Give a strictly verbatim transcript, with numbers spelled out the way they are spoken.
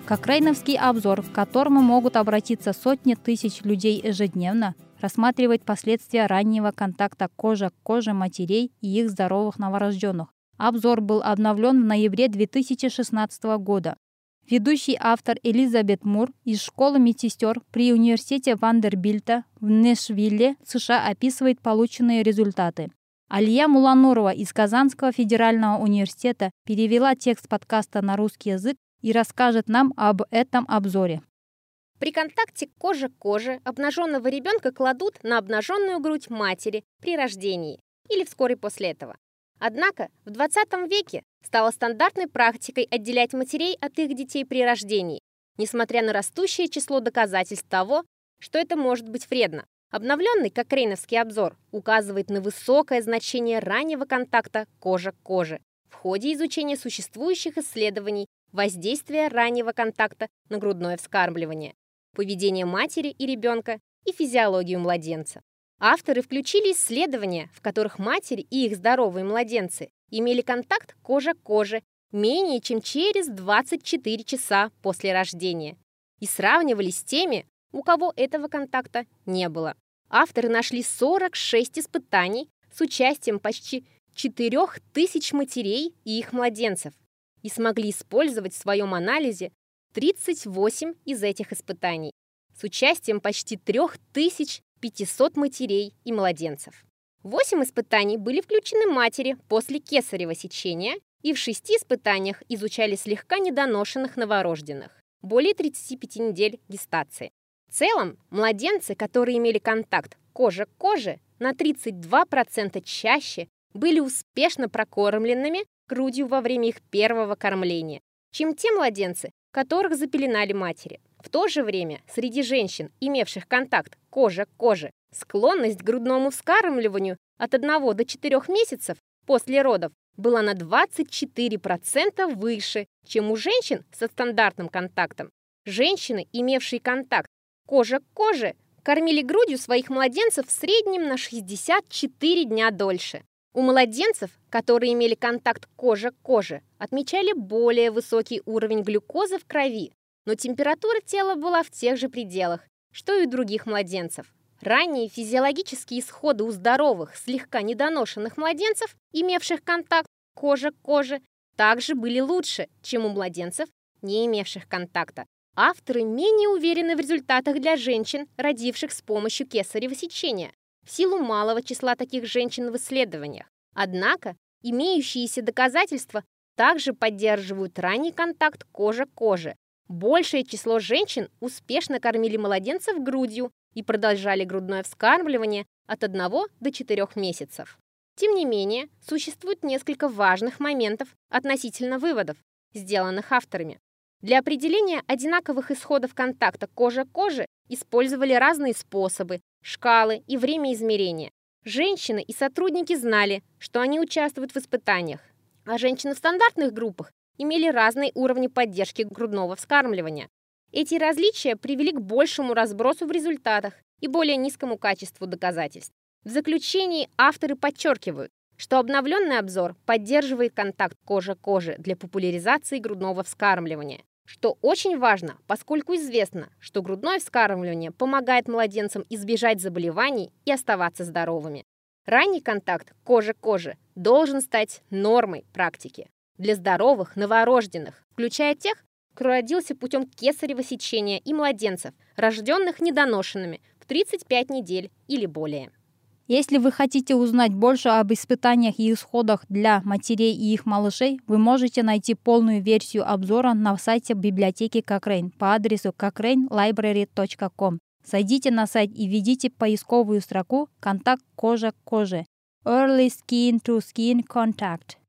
Кокрейновский обзор, к которому могут обратиться сотни тысяч людей ежедневно, рассматривает последствия раннего контакта кожа к коже матерей и их здоровых новорожденных. Обзор был обновлен в ноябре две тысячи шестнадцатого года. Ведущий автор Элизабет Мур из школы медсестер при университете Вандербильта в Нэшвилле, США, описывает полученные результаты. Алия Муланурова из Казанского федерального университета перевела текст подкаста на русский язык и расскажет нам об этом обзоре. При контакте кожа к коже обнаженного ребенка кладут на обнаженную грудь матери при рождении или вскоре после этого. Однако в двадцатом веке стало стандартной практикой отделять матерей от их детей при рождении, несмотря на растущее число доказательств того, что это может быть вредно. Обновленный Кокрейновский обзор указывает на высокое значение раннего контакта кожа к коже в ходе изучения существующих исследований воздействия раннего контакта на грудное вскармливание, поведение матери и ребенка и физиологию младенца. Авторы включили исследования, в которых матери и их здоровые младенцы имели контакт кожа к коже менее чем через двадцать четыре часа после рождения и сравнивали с теми, у кого этого контакта не было. Авторы нашли сорок шесть испытаний с участием почти четырех тысяч матерей и их младенцев и смогли использовать в своем анализе тридцать восемь из этих испытаний с участием почти трёх тысяч пятисот матерей и младенцев. Восемь испытаний были включены матери после кесарево сечения, и в шести испытаниях изучали слегка недоношенных новорожденных, более тридцати пяти недель гестации. В целом, младенцы, которые имели контакт кожа к коже, на тридцать два процента чаще были успешно прокормленными грудью во время их первого кормления, чем те младенцы, которых запеленали матери. В то же время среди женщин, имевших контакт кожа к коже, склонность к грудному вскармливанию от одного до четырёх месяцев после родов была на двадцать четыре процента выше, чем у женщин со стандартным контактом. Женщины, имевшие контакт кожа к коже, кормили грудью своих младенцев в среднем на шестьдесят четыре дня дольше. У младенцев, которые имели контакт кожа к коже, отмечали более высокий уровень глюкозы в крови, но температура тела была в тех же пределах, что и у других младенцев. Ранние физиологические исходы у здоровых, слегка недоношенных младенцев, имевших контакт кожа к коже, также были лучше, чем у младенцев, не имевших контакта. Авторы менее уверены в результатах для женщин, родивших с помощью кесарево сечения, в силу малого числа таких женщин в исследованиях. Однако, имеющиеся доказательства также поддерживают ранний контакт кожа к коже. Большее число женщин успешно кормили младенцев грудью и продолжали грудное вскармливание от одного до четырёх месяцев. Тем не менее, существует несколько важных моментов относительно выводов, сделанных авторами. Для определения одинаковых исходов контакта кожа к коже использовали разные способы, шкалы и время измерения. Женщины и сотрудники знали, что они участвуют в испытаниях, а женщины в стандартных группах имели разные уровни поддержки грудного вскармливания. Эти различия привели к большему разбросу в результатах и более низкому качеству доказательств. В заключении авторы подчеркивают, что обновленный обзор поддерживает контакт кожа к коже для популяризации грудного вскармливания, что очень важно, поскольку известно, что грудное вскармливание помогает младенцам избежать заболеваний и оставаться здоровыми. Ранний контакт кожа к коже должен стать нормой практики для здоровых новорожденных, включая тех, кто родился путем кесарево сечения, и младенцев, рожденных недоношенными в тридцать пять недель или более. Если вы хотите узнать больше об испытаниях и исходах для матерей и их малышей, вы можете найти полную версию обзора на сайте библиотеки Cochrane по адресу cochrane library точка com. Зайдите на сайт и введите поисковую строку «Контакт кожа к коже» Early Skin to Skin Contact.